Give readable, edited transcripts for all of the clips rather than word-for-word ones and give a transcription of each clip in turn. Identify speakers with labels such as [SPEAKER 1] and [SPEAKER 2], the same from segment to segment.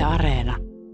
[SPEAKER 1] Areena.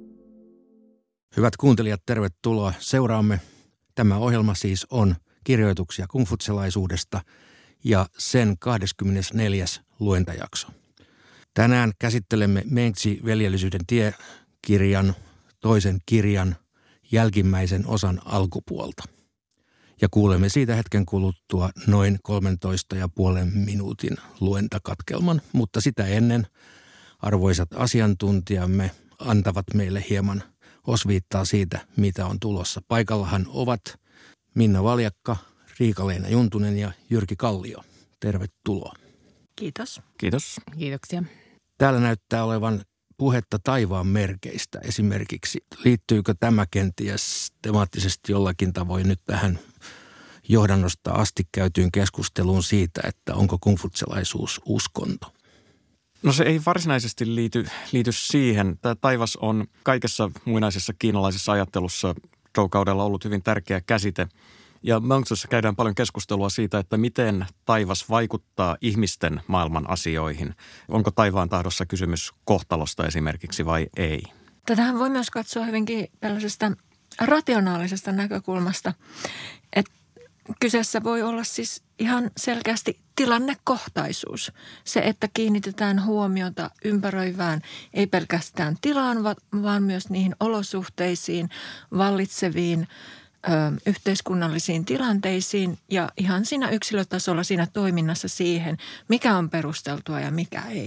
[SPEAKER 2] Hyvät kuuntelijat, tervetuloa. Seuraamme. Tämä ohjelma siis on kirjoituksia kungfutselaisuudesta ja sen 24. luentajakso. Tänään käsittelemme Mengzi veljellisyyden tie-kirjan toisen kirjan jälkimmäisen osan alkupuolta. Ja kuulemme siitä hetken kuluttua noin 13,5 minuutin luentakatkelman, mutta sitä ennen arvoisat asiantuntijamme antavat meille hieman osviittaa siitä, mitä on tulossa. Paikallahan ovat Minna Valjakka, Riika-Leena Juntunen ja Jyrki Kallio. Tervetuloa.
[SPEAKER 3] Kiitos.
[SPEAKER 4] Kiitos.
[SPEAKER 3] Kiitoksia.
[SPEAKER 2] Täällä näyttää olevan puhetta taivaan merkeistä esimerkiksi. Liittyykö tämä kenties temaattisesti jollakin tavoin nyt tähän johdannosta asti käytyyn keskusteluun siitä, että onko kungfutselaisuus uskonto?
[SPEAKER 4] No se ei varsinaisesti liity siihen. Tämä taivas on kaikessa muinaisessa kiinalaisessa ajattelussa Zhou-kaudella ollut hyvin tärkeä käsite. Ja Mengzissä käydään paljon keskustelua siitä, että miten taivas vaikuttaa ihmisten maailman asioihin. Onko taivaan tahdossa kysymys kohtalosta esimerkiksi vai ei?
[SPEAKER 3] Tätähän voi myös katsoa hyvinkin tällaisesta rationaalisesta näkökulmasta, että kyseessä voi olla siis ihan selkeästi tilannekohtaisuus. Se, että kiinnitetään huomiota ympäröivään ei pelkästään tilaan, vaan myös niihin olosuhteisiin, vallitseviin yhteiskunnallisiin tilanteisiin ja ihan siinä yksilötasolla siinä toiminnassa siihen, mikä on perusteltua ja mikä ei.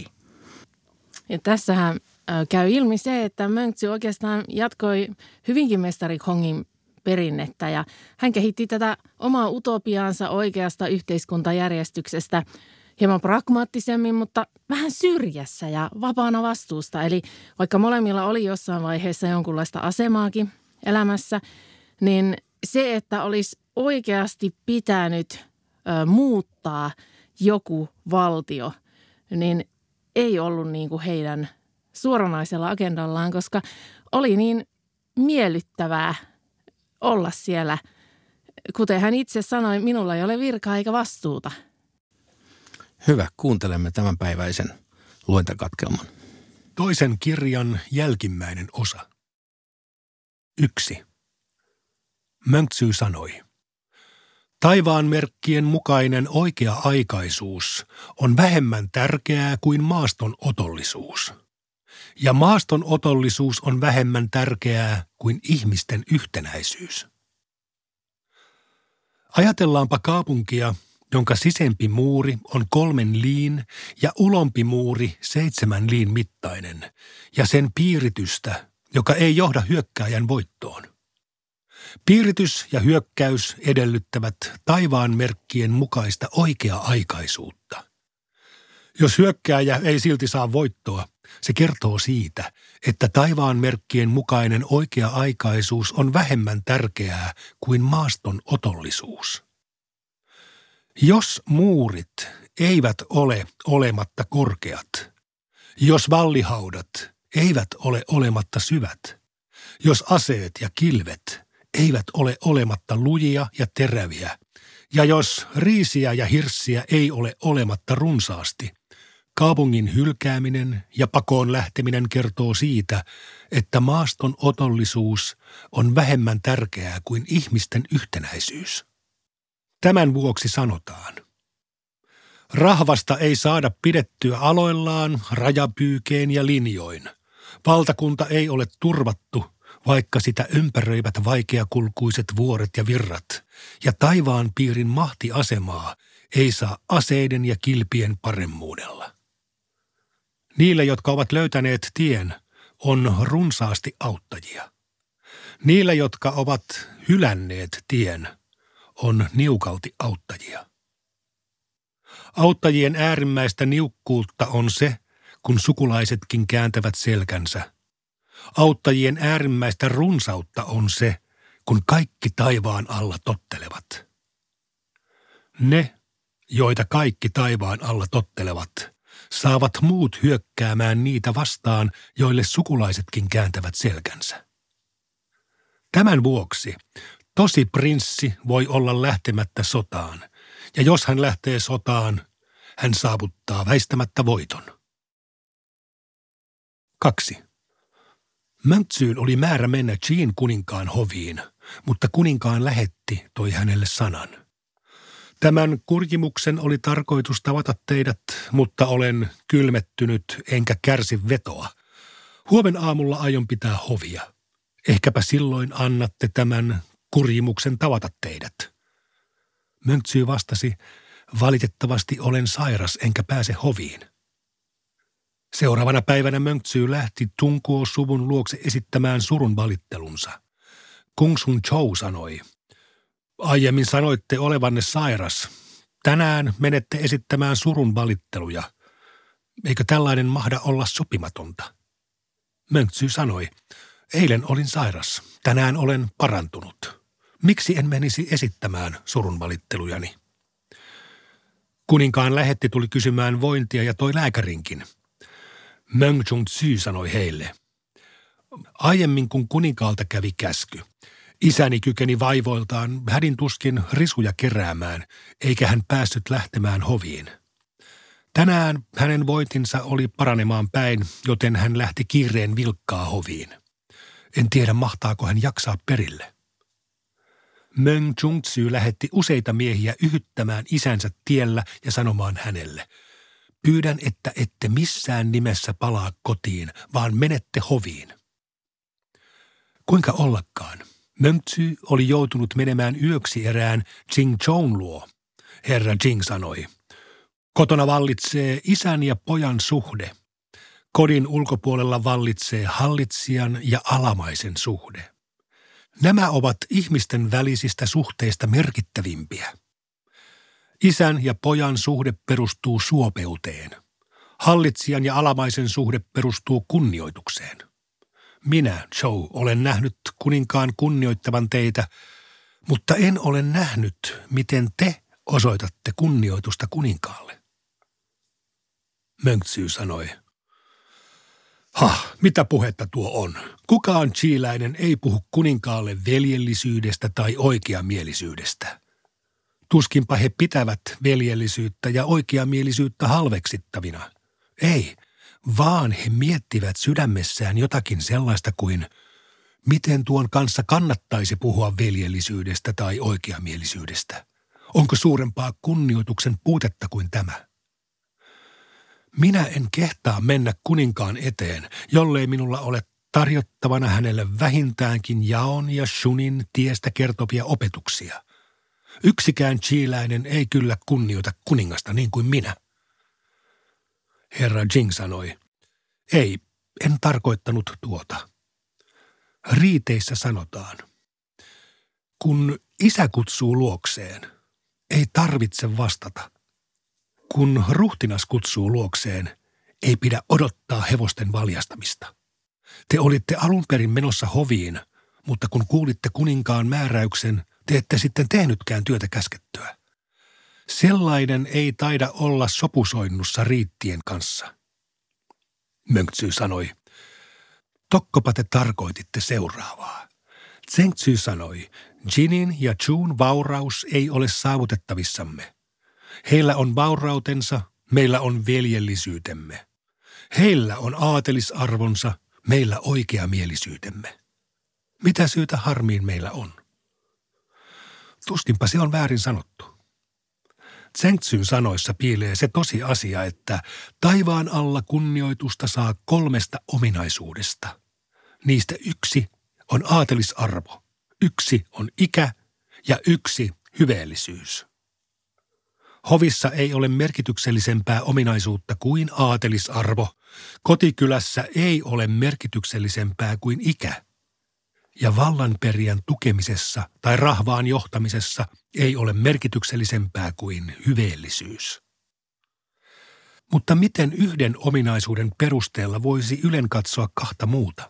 [SPEAKER 1] Ja tässähän käy ilmi se, että Mengzi oikeastaan jatkoi hyvinkin mestari Kongin perinnettä ja hän kehitti tätä omaa utopiaansa oikeasta yhteiskuntajärjestyksestä hieman pragmaattisemmin, mutta vähän syrjässä ja vapaana vastuusta. Eli vaikka molemmilla oli jossain vaiheessa jonkunlaista asemaakin elämässä, niin se, että olisi oikeasti pitänyt muuttaa joku valtio, niin ei ollut niin kuin heidän suoranaisella agendallaan, koska oli niin miellyttävää olla siellä. Kuten hän itse sanoi, minulla ei ole virkaa eikä vastuuta.
[SPEAKER 2] Hyvä, kuuntelemme tämänpäiväisen luentakatkelman.
[SPEAKER 5] Toisen kirjan jälkimmäinen osa. 1. Mengzi sanoi, taivaan merkkien mukainen oikea-aikaisuus on vähemmän tärkeää kuin maaston otollisuus. Ja maaston otollisuus on vähemmän tärkeää kuin ihmisten yhtenäisyys. Ajatellaanpa kaupunkia, jonka sisempi muuri on 3 liin ja ulompi muuri 7 liin mittainen, ja sen piiritystä, joka ei johda hyökkääjän voittoon. Piiritys ja hyökkäys edellyttävät taivaan merkkien mukaista oikea-aikaisuutta. Jos hyökkääjä ei silti saa voittoa, se kertoo siitä, että taivaan merkkien mukainen oikea-aikaisuus on vähemmän tärkeää kuin maaston otollisuus. Jos muurit eivät ole olematta korkeat, jos vallihaudat eivät ole olematta syvät, jos aseet ja kilvet eivät ole olematta lujia ja teräviä, ja jos riisiä ja hirssiä ei ole olematta runsaasti, kaupungin hylkääminen ja pakoon lähteminen kertoo siitä, että maaston otollisuus on vähemmän tärkeää kuin ihmisten yhtenäisyys. Tämän vuoksi sanotaan, rahvasta ei saada pidettyä aloillaan rajapyykeen ja linjoin. Valtakunta ei ole turvattu, vaikka sitä ympäröivät vaikeakulkuiset vuoret ja virrat, ja taivaan piirin mahtiasemaa ei saa aseiden ja kilpien paremmuudella. Niillä, jotka ovat löytäneet tien, on runsaasti auttajia. Niillä, jotka ovat hylänneet tien, on niukalti auttajia. Auttajien äärimmäistä niukkuutta on se, kun sukulaisetkin kääntävät selkänsä. Auttajien äärimmäistä runsautta on se, kun kaikki taivaan alla tottelevat. Ne, joita kaikki taivaan alla tottelevat, saavat muut hyökkäämään niitä vastaan, joille sukulaisetkin kääntävät selkänsä. Tämän vuoksi tosi prinssi voi olla lähtemättä sotaan, ja jos hän lähtee sotaan, hän saavuttaa väistämättä voiton. 2. Mengtsyyn oli määrä mennä Qin kuninkaan hoviin, mutta kuninkaan lähetti toi hänelle sanan. Tämän kurjimuksen oli tarkoitus tavata teidät, mutta olen kylmettynyt enkä kärsi vetoa. Huomen aamulla aion pitää hovia. Ehkäpä silloin annatte tämän kurjimuksen tavata teidät. Mengtsy vastasi, valitettavasti olen sairas enkä pääse hoviin. Seuraavana päivänä Mengtsy lähti Tunguo-suvun luokse esittämään surun valittelunsa. Kung Sun Chou sanoi, aiemmin sanoitte olevanne sairas. Tänään menette esittämään surun valitteluja. Eikö tällainen mahda olla sopimatonta? Mengtsy sanoi, eilen olin sairas. Tänään olen parantunut. Miksi en menisi esittämään surun valittelujani? Kuninkaan lähetti tuli kysymään vointia ja toi lääkärinkin. Mengtsy sanoi heille, aiemmin kun kuninkaalta kävi käsky, isäni kykeni vaivoiltaan hädin tuskin risuja keräämään, eikä hän päässyt lähtemään hoviin. Tänään hänen vointinsa oli paranemaan päin, joten hän lähti kiireen vilkkaa hoviin. En tiedä, mahtaako hän jaksaa perille. Mengtsy lähetti useita miehiä yhyttämään isänsä tiellä ja sanomaan hänelle, pyydän, että ette missään nimessä palaa kotiin, vaan menette hoviin. Kuinka ollakaan? Mengtsy oli joutunut menemään yöksi erään Jingzhoun luo. Herra Jing sanoi, kotona vallitsee isän ja pojan suhde. Kodin ulkopuolella vallitsee hallitsijan ja alamaisen suhde. Nämä ovat ihmisten välisistä suhteista merkittävimpiä. Isän ja pojan suhde perustuu suopeuteen. Hallitsijan ja alamaisen suhde perustuu kunnioitukseen. Minä, Zhou, olen nähnyt kuninkaan kunnioittavan teitä, mutta en ole nähnyt, miten te osoitatte kunnioitusta kuninkaalle. Mengtsy sanoi, mitä puhetta tuo on? Kukaan qiläinen ei puhu kuninkaalle veljellisyydestä tai oikeamielisyydestä. Tuskinpa he pitävät veljellisyyttä ja oikeamielisyyttä halveksittavina. Ei, vaan he miettivät sydämessään jotakin sellaista kuin, miten tuon kanssa kannattaisi puhua veljellisyydestä tai oikeamielisyydestä. Onko suurempaa kunnioituksen puutetta kuin tämä? Minä en kehtaa mennä kuninkaan eteen, jollei minulla ole tarjottavana hänelle vähintäänkin Jaon ja Shunin tiestä kertovia opetuksia. Yksikään qiläinen ei kyllä kunnioita kuningasta niin kuin minä. Herra Jing sanoi, ei, en tarkoittanut tuota. Riiteissä sanotaan, kun isä kutsuu luokseen, ei tarvitse vastata. Kun ruhtinas kutsuu luokseen, ei pidä odottaa hevosten valjastamista. Te olitte alun perin menossa hoviin, mutta kun kuulitte kuninkaan määräyksen, te ette sitten tehnytkään työtä käskettyä. Sellainen ei taida olla sopusoinnussa riittien kanssa. Mengtsy sanoi, tokkopa te tarkoititte seuraavaa. Zhengzhi sanoi, Jinin ja Chun vauraus ei ole saavutettavissamme. Heillä on vaurautensa, meillä on veljellisyytemme. Heillä on aatelisarvonsa, meillä oikeamielisyytemme. Mitä syytä harmiin meillä on? Tuskinpa se on väärin sanottu. Zhengzhyn sanoissa piilee se tosiasia, että taivaan alla kunnioitusta saa 3 ominaisuudesta. Niistä 1 on aatelisarvo, 1 on ikä ja 1 hyveellisyys. Hovissa ei ole merkityksellisempää ominaisuutta kuin aatelisarvo. Kotikylässä ei ole merkityksellisempää kuin ikä. Ja vallanperijän tukemisessa tai rahvaan johtamisessa ei ole merkityksellisempää kuin hyveellisyys. Mutta miten yhden ominaisuuden perusteella voisi ylenkatsoa 2 muuta?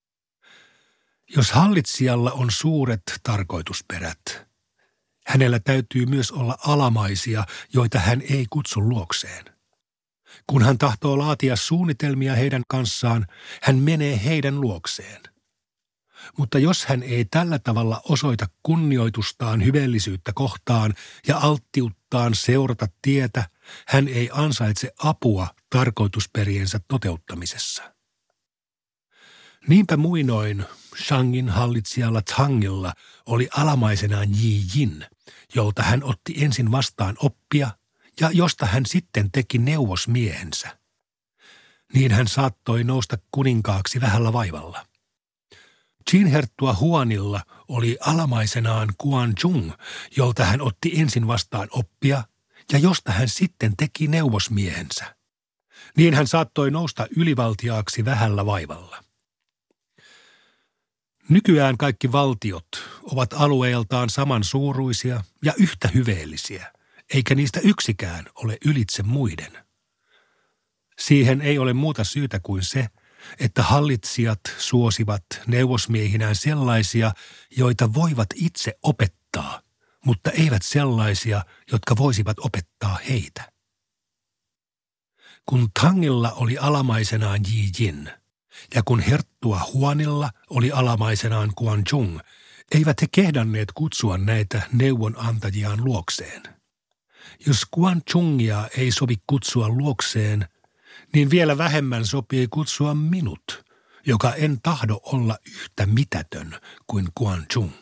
[SPEAKER 5] Jos hallitsijalla on suuret tarkoitusperät, hänellä täytyy myös olla alamaisia, joita hän ei kutsu luokseen. Kun hän tahtoo laatia suunnitelmia heidän kanssaan, hän menee heidän luokseen. Mutta jos hän ei tällä tavalla osoita kunnioitustaan hyveellisyyttä kohtaan ja alttiuttaan seurata tietä, hän ei ansaitse apua tarkoitusperiensä toteuttamisessa. Niinpä muinoin Shangin hallitsijalla Tangilla oli alamaisenaan Yi Jin, jolta hän otti ensin vastaan oppia ja josta hän sitten teki neuvosmiehensä. Niin hän saattoi nousta kuninkaaksi vähällä vaivalla. Qin-herttua Huanilla oli alamaisenaan Guan Zhong, jolta hän otti ensin vastaan oppia ja josta hän sitten teki neuvosmiehensä. Niin hän saattoi nousta ylivaltiaaksi vähällä vaivalla. Nykyään kaikki valtiot ovat alueeltaan samansuuruisia ja yhtä hyveellisiä, eikä niistä yksikään ole ylitse muiden. Siihen ei ole muuta syytä kuin se, että hallitsijat suosivat neuvosmiehinään sellaisia, joita voivat itse opettaa, mutta eivät sellaisia, jotka voisivat opettaa heitä. Kun Tangilla oli alamaisenaan Yi Jin ja kun herttua Huanilla oli alamaisenaan Guan Zhong, eivät he kehdanneet kutsua näitä neuvonantajiaan luokseen. Jos Guan Zhongia ei sovi kutsua luokseen, niin vielä vähemmän sopii kutsua minut, joka en tahdo olla yhtä mitätön kuin Guan Zhong.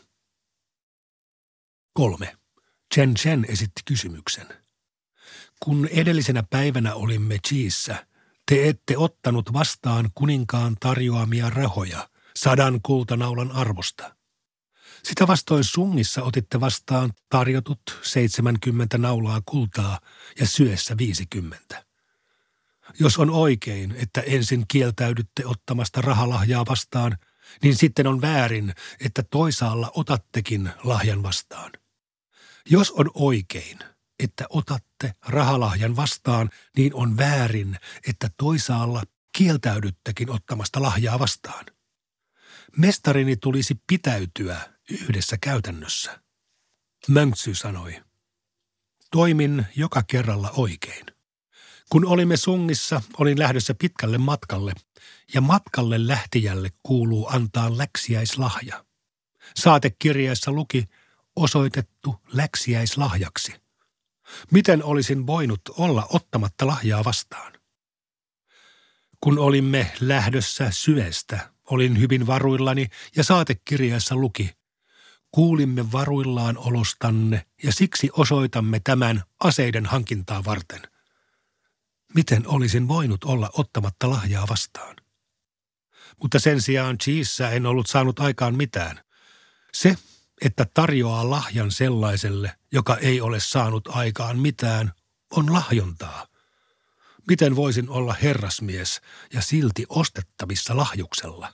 [SPEAKER 5] 3. Chen Chen esitti kysymyksen. Kun edellisenä päivänä olimme Qiissä, te ette ottanut vastaan kuninkaan tarjoamia rahoja 100 kultanaulan arvosta. Sitä vastoin Sungissa otitte vastaan tarjotut 70 naulaa kultaa ja syössä 50. Jos on oikein, että ensin kieltäydytte ottamasta rahalahjaa vastaan, niin sitten on väärin, että toisaalla otattekin lahjan vastaan. Jos on oikein, että otatte rahalahjan vastaan, niin on väärin, että toisaalla kieltäydyttekin ottamasta lahjaa vastaan. Mestarini tulisi pitäytyä yhdessä käytännössä. Mengzi sanoi, toimin joka kerralla oikein. Kun olimme Sungissa, olin lähdössä pitkälle matkalle, ja matkalle lähtijälle kuuluu antaa läksiäislahja. Saatekirjeessä luki osoitettu läksiäislahjaksi. Miten olisin voinut olla ottamatta lahjaa vastaan? Kun olimme lähdössä Syöstä, olin hyvin varuillani ja saatekirjeessä luki, kuulimme varuillaan olostanne ja siksi osoitamme tämän aseiden hankintaa varten. Miten olisin voinut olla ottamatta lahjaa vastaan? Mutta sen sijaan Qiissä en ollut saanut aikaan mitään. Se, että tarjoaa lahjan sellaiselle, joka ei ole saanut aikaan mitään, on lahjontaa. Miten voisin olla herrasmies ja silti ostettavissa lahjuksella?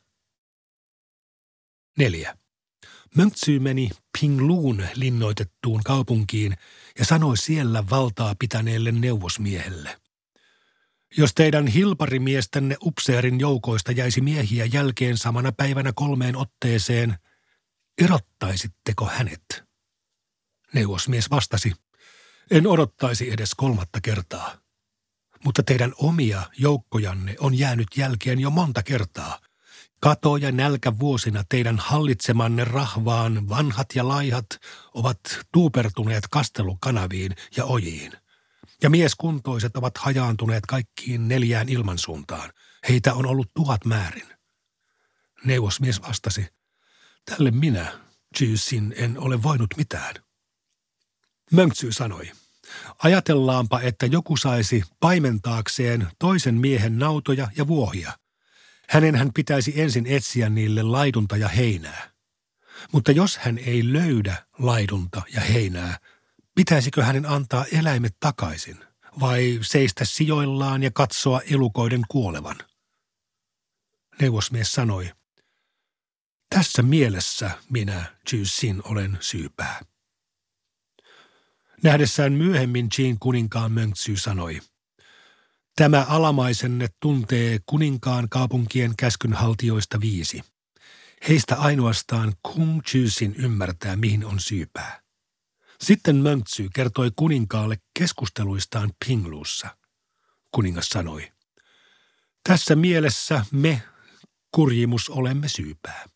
[SPEAKER 5] 4. Mengzi meni Pingluun linnoitettuun kaupunkiin ja sanoi siellä valtaa pitäneelle neuvosmiehelle. Jos teidän hilparimiestänne upseerin joukoista jäisi miehiä jälkeen samana päivänä 3 otteeseen, erottaisitteko hänet? Neuvosmies vastasi, en odottaisi edes 3. kertaa. Mutta teidän omia joukkojanne on jäänyt jälkeen jo monta kertaa. Kato- ja nälkävuosina teidän hallitsemanne rahvaan vanhat ja laihat ovat tuupertuneet kastelukanaviin ja ojiin. Ja mieskuntoiset ovat hajaantuneet kaikkiin 4 ilmansuuntaan. Heitä on ollut 1000 määrin. Neuvosmies vastasi, tälle minä, Qiisin, en ole voinut mitään. Mengzi sanoi, ajatellaanpa, että joku saisi paimentaakseen toisen miehen nautoja ja vuohia. Hänenhän pitäisi ensin etsiä niille laidunta ja heinää. Mutta jos hän ei löydä laidunta ja heinää, pitäisikö hänen antaa eläimet takaisin vai seistä sijoillaan ja katsoa elukoiden kuolevan? Neuvosmies sanoi, tässä mielessä minä, Qiisin, olen syypää. Nähdessään myöhemmin Qin kuninkaan Mengzi sanoi, tämä alamaisenne tuntee kuninkaan kaupunkien käskynhaltijoista 5. Heistä ainoastaan Kung Qiisin ymmärtää, mihin on syypää. Sitten Mengzi kertoi kuninkaalle keskusteluistaan Pingluussa. Kuningas sanoi, tässä mielessä me, kurjimus, olemme syypää.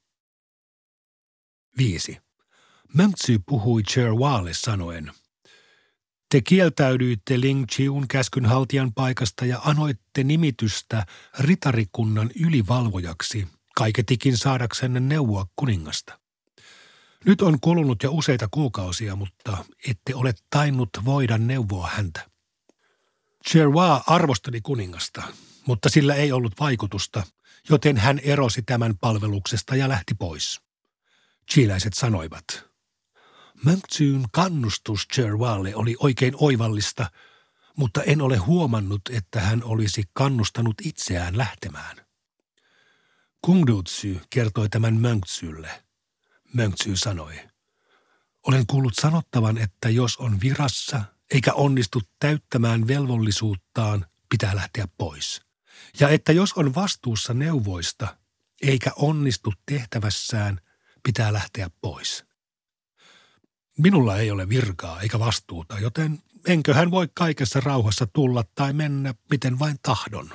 [SPEAKER 5] 5. Mengzi puhui Cherwalle sanoen, te kieltäydyitte Ling Qiun käskynhaltijan paikasta ja anoitte nimitystä ritarikunnan ylivalvojaksi kaiketikin saadaksenne neuvoa kuningasta. Nyt on kulunut jo useita kuukausia, mutta ette ole tainnut voida neuvoa häntä. Cherwa arvosteli kuningasta, mutta sillä ei ollut vaikutusta, joten hän erosi tämän palveluksesta ja lähti pois. Chiläiset sanoivat, Mengzyn kannustus Cherwalle oli oikein oivallista, mutta en ole huomannut, että hän olisi kannustanut itseään lähtemään. Kungdutsy kertoi tämän Mengzylle. Mengzy sanoi, olen kuullut sanottavan, että jos on virassa eikä onnistu täyttämään velvollisuuttaan, pitää lähteä pois. Ja että jos on vastuussa neuvoista eikä onnistu tehtävässään, pitää lähteä pois. Minulla ei ole virkaa eikä vastuuta, joten enköhän voi kaikessa rauhassa tulla tai mennä miten vain tahdon.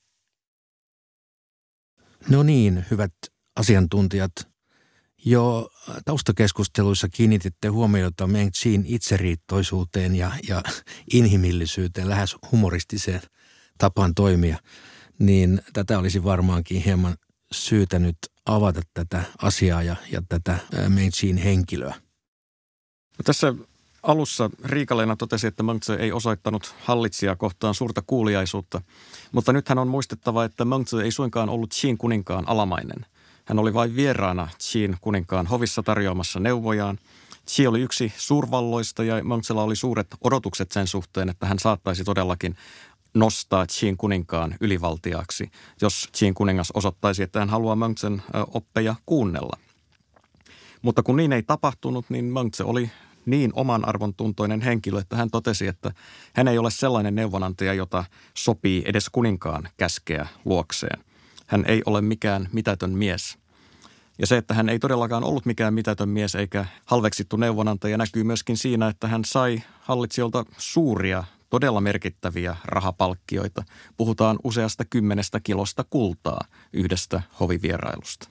[SPEAKER 2] No niin, hyvät asiantuntijat. Jo taustakeskusteluissa kiinnititte huomiota Mengzyn itseriittoisuuteen ja inhimillisyyteen, lähes humoristiseen tapaan toimia. Niin tätä olisi varmaankin hieman syytä nyt avata tätä asiaa ja tätä Mengzyn henkilöä.
[SPEAKER 4] No tässä alussa Riika-Leena totesi, että Mengzy ei osoittanut hallitsijaa kohtaan suurta kuuliaisuutta, mutta nythän on muistettava, että Mengzy ei suinkaan ollut Qin kuninkaan alamainen. Hän oli vain vieraana Qin kuninkaan hovissa tarjoamassa neuvojaan. Qi oli yksi suurvalloista ja Mengzyllä oli suuret odotukset sen suhteen, että hän saattaisi todellakin nostaa Qin kuninkaan ylivaltiaksi, jos Qin kuningas osoittaisi, että hän haluaa Mengzyn oppeja kuunnella. Mutta kun niin ei tapahtunut, niin Mengzy oli niin oman arvon tuntoinen henkilö, että hän totesi, että hän ei ole sellainen neuvonantaja, jota sopii edes kuninkaan käskeä luokseen. Hän ei ole mikään mitätön mies. Ja se, että hän ei todellakaan ollut mikään mitätön mies eikä halveksittu neuvonantaja, näkyy myöskin siinä, että hän sai hallitsijoilta suuria, todella merkittäviä rahapalkkioita. Puhutaan useasta 10 kilosta kultaa yhdestä hovivierailusta.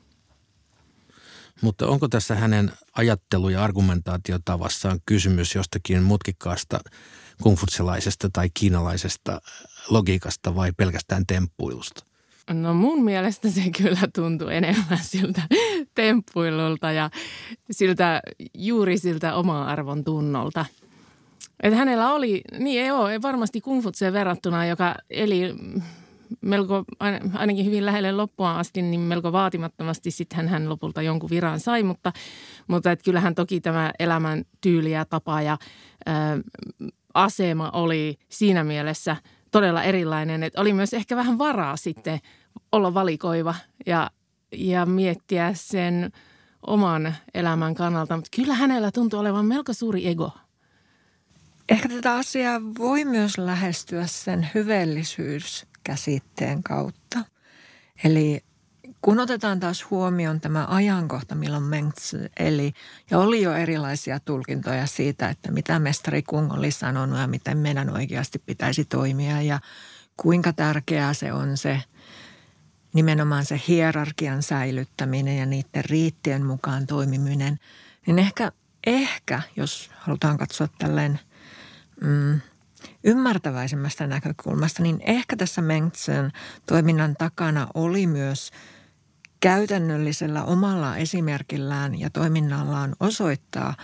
[SPEAKER 2] Mutta onko tässä hänen ajattelu- ja argumentaatiotavassaan kysymys jostakin mutkikkaasta kungfutselaisesta tai kiinalaisesta logiikasta vai pelkästään temppuilusta?
[SPEAKER 1] No mun mielestä se kyllä tuntui enemmän siltä temppuilulta ja juuri siltä oma-arvon tunnolta. Että hänellä oli, ei varmasti kungfutseen verrattuna, joka eli melko, ainakin hyvin lähelle loppua asti, niin melko vaatimattomasti sitten hän lopulta jonkun viran sai, mutta että kyllähän toki tämä elämäntyyli ja tapa ja asema oli siinä mielessä todella erilainen, että oli myös ehkä vähän varaa sitten olla valikoiva ja miettiä sen oman elämän kannalta, mutta kyllä hänellä tuntui olevan melko suuri ego.
[SPEAKER 3] Ehkä tätä asiaa voi myös lähestyä sen hyvällisyyskäsitteen kautta. Eli kun otetaan taas huomioon tämä ajankohta, milloin Mengzy eli, ja oli jo erilaisia tulkintoja siitä, että mitä mestari Kung oli sanonut ja miten meidän oikeasti pitäisi toimia ja kuinka tärkeää se on se nimenomaan se hierarkian säilyttäminen ja niiden riittien mukaan toimiminen, niin ehkä jos halutaan katsoa tälleen ymmärtäväisemmästä näkökulmasta, niin ehkä tässä Mengzyn toiminnan takana oli myös käytännöllisellä omalla esimerkillään ja toiminnallaan osoittaa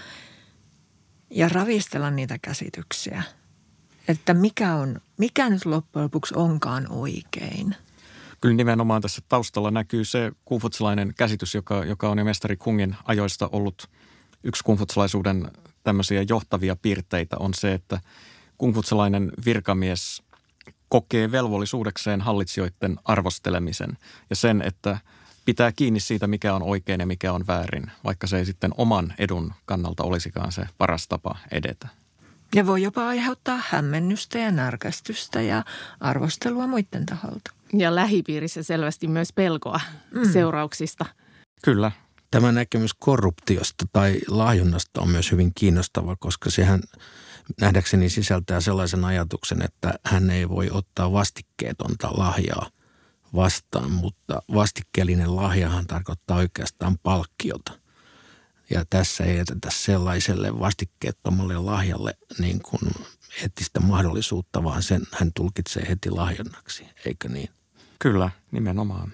[SPEAKER 3] ja ravistella niitä käsityksiä, että mikä nyt loppujen lopuksi onkaan oikein.
[SPEAKER 4] Kyllä nimenomaan tässä taustalla näkyy se kungfutsalainen käsitys, joka on jo mestari Kungin ajoista ollut yksi kungfutsalaisuuden tämmöisiä johtavia piirteitä, on se, että kungfutsalainen virkamies kokee velvollisuudekseen hallitsijoiden arvostelemisen ja sen, että pitää kiinni siitä, mikä on oikein ja mikä on väärin, vaikka se ei sitten oman edun kannalta olisikaan se paras tapa edetä.
[SPEAKER 3] Ja voi jopa aiheuttaa hämmennystä ja närkästystä ja arvostelua muiden taholta.
[SPEAKER 1] Ja lähipiirissä selvästi myös pelkoa seurauksista.
[SPEAKER 4] Kyllä.
[SPEAKER 2] Tämä näkemys korruptiosta tai lahjonnasta on myös hyvin kiinnostava, koska sehän nähdäkseni sisältää sellaisen ajatuksen, että hän ei voi ottaa vastikkeetonta lahjaa vastaan, mutta vastikkeellinen lahjahan tarkoittaa oikeastaan palkkiota. Ja tässä ei jätetä sellaiselle vastikkeettomalle lahjalle niin kuin eettistä mahdollisuutta, vaan sen hän tulkitsee heti lahjonnaksi, eikö niin?
[SPEAKER 4] Kyllä, nimenomaan.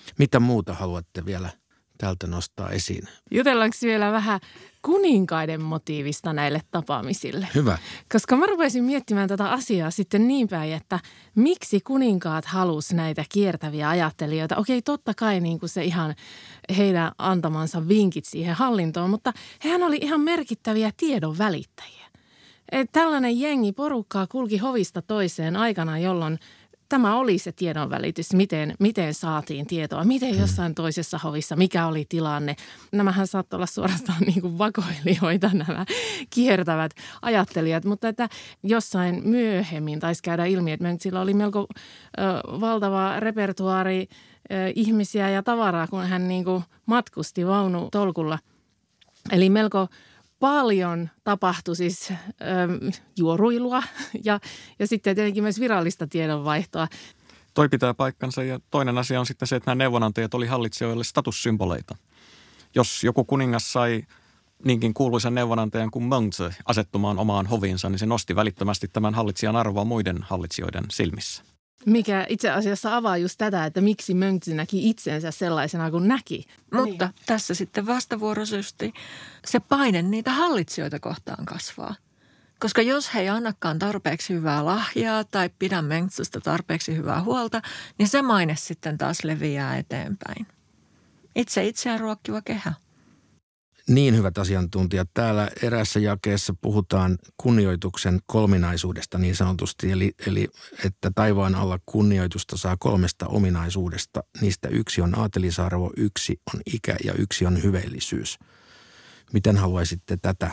[SPEAKER 2] Mitä muuta haluatte vielä täältä nostaa esiin?
[SPEAKER 1] Jutellaanko vielä vähän kuninkaiden motiivista näille tapaamisille?
[SPEAKER 2] Hyvä.
[SPEAKER 1] Koska mä rupesin miettimään tätä asiaa sitten niin päin, että miksi kuninkaat halusi näitä kiertäviä ajattelijoita. Okei, totta kai niin kuin se ihan heidän antamansa vinkit siihen hallintoon, mutta hehän oli ihan merkittäviä tiedon välittäjiä. Tällainen jengi porukkaa kulki hovista toiseen aikana, jolloin tämä oli se tiedonvälitys, miten saatiin tietoa, miten jossain toisessa hovissa, mikä oli tilanne. Nämähän saattoi olla suorastaan niin kuin vakoilijoita nämä kiertävät ajattelijat, mutta että jossain myöhemmin taisi käydä ilmi, että sillä oli melko valtava repertuaari ihmisiä ja tavaraa, kun hän niin kuin matkusti vaunutolkulla. Eli melko paljon tapahtui siis juoruilua ja sitten tietenkin myös virallista tiedonvaihtoa.
[SPEAKER 4] Toi pitää paikkansa ja toinen asia on sitten se, että nämä neuvonantajat oli hallitsijoille statussymboleita. Jos joku kuningas sai niinkin kuuluisan neuvonantajan kuin Mengzi asettumaan omaan hoviinsa, niin se nosti välittömästi tämän hallitsijan arvoa muiden hallitsijoiden silmissä.
[SPEAKER 1] Mikä itse asiassa avaa just tätä, että miksi Mengzi näki itsensä sellaisena kuin näki.
[SPEAKER 3] Mutta niin. Tässä sitten vastavuoroisesti se paine niitä hallitsijoita kohtaan kasvaa. Koska jos he ei annakaan tarpeeksi hyvää lahjaa tai pidä Mengzistä tarpeeksi hyvää huolta, niin se maine sitten taas leviää eteenpäin. Itseään ruokkiva kehä.
[SPEAKER 2] Niin, hyvät asiantuntijat. Täällä eräässä jakeessa puhutaan kunnioituksen kolminaisuudesta niin sanotusti, eli että taivaan alla kunnioitusta saa 3 ominaisuudesta. Niistä 1 on aatelisarvo, 1 on ikä ja 1 on hyveellisyys. Miten haluaisitte tätä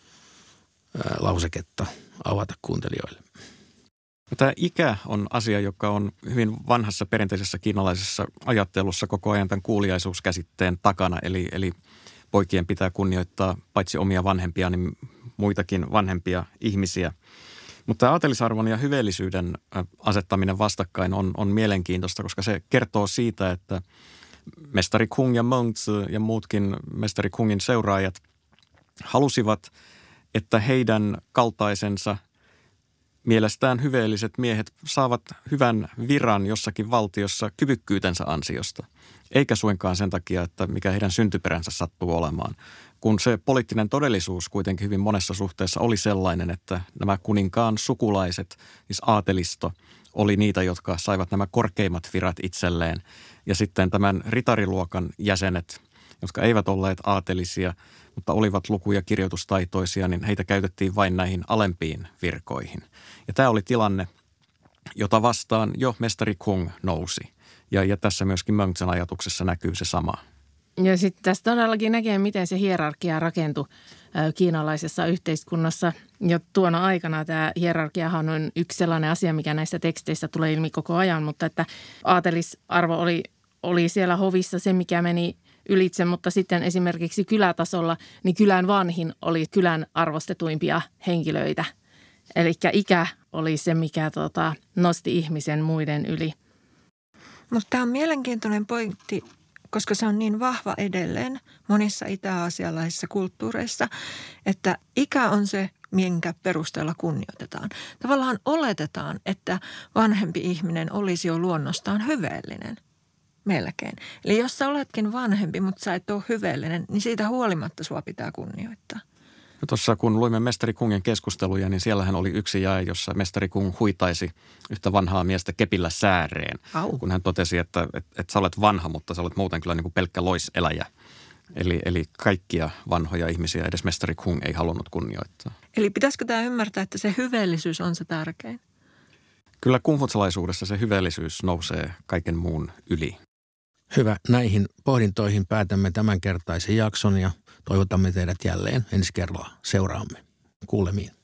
[SPEAKER 2] lauseketta avata kuuntelijoille?
[SPEAKER 4] Tämä ikä on asia, joka on hyvin vanhassa perinteisessä kiinalaisessa ajattelussa koko ajan tämän kuuliaisuuskäsitteen takana, eli poikien pitää kunnioittaa paitsi omia vanhempia, niin muitakin vanhempia ihmisiä. Mutta aatelisarvon ja hyveellisyyden asettaminen vastakkain on mielenkiintoista, koska se kertoo siitä, että mestari Kung ja Mengzi ja muutkin mestari Kungin seuraajat halusivat, että heidän kaltaisensa mielestään hyveelliset miehet saavat hyvän viran jossakin valtiossa kyvykkyytensä ansiosta, eikä suinkaan sen takia, että mikä heidän syntyperänsä sattuu olemaan. Kun se poliittinen todellisuus kuitenkin hyvin monessa suhteessa oli sellainen, että nämä kuninkaan sukulaiset, siis aatelisto, oli niitä, jotka saivat nämä korkeimmat virat itselleen. Ja sitten tämän ritariluokan jäsenet, jotka eivät olleet aatelisia, mutta olivat luku- ja kirjoitustaitoisia, niin heitä käytettiin vain näihin alempiin virkoihin. Ja tämä oli tilanne, jota vastaan jo mestari Kung nousi. Ja tässä myöskin Mengzin ajatuksessa näkyy se sama.
[SPEAKER 1] Ja sitten tässä todellakin näkee, miten se hierarkia rakentui kiinalaisessa yhteiskunnassa. Jo tuona aikana tämä hierarkiahan on yksi sellainen asia, mikä näissä teksteissä tulee ilmi koko ajan, mutta että aatelisarvo oli siellä hovissa se, mikä meni ylitse, mutta sitten esimerkiksi kylätasolla, niin kylän vanhin oli kylän arvostetuimpia henkilöitä. Eli ikä oli se, mikä nosti ihmisen muiden yli.
[SPEAKER 3] Mutta tämä on mielenkiintoinen pointti, koska se on niin vahva edelleen monissa itä-aasialaisissa kulttuureissa, että ikä on se, minkä perusteella kunnioitetaan. Tavallaan oletetaan, että vanhempi ihminen olisi jo luonnostaan hyveellinen. Melkein. Eli jos sä oletkin vanhempi, mutta sä et ole hyveellinen, niin siitä huolimatta sua pitää kunnioittaa.
[SPEAKER 4] No tuossa kun luimme mestari Kungin keskusteluja, niin siellähän oli yksi jae, jossa mestari Kung huitaisi yhtä vanhaa miestä kepillä sääreen. Kun hän totesi, että sä olet vanha, mutta sä olet muuten kyllä niin kuin pelkkä loiseläjä. Eli kaikkia vanhoja ihmisiä edes mestari Kung ei halunnut kunnioittaa.
[SPEAKER 3] Eli pitäisikö tämä ymmärtää, että se hyveellisyys on se tärkein?
[SPEAKER 4] Kyllä kungfutsalaisuudessa se hyveellisyys nousee kaiken muun yli.
[SPEAKER 2] Hyvä. Näihin pohdintoihin päätämme tämänkertaisen jakson ja toivotamme teidät jälleen ensi kerralla seuraamme. Kuulemiin.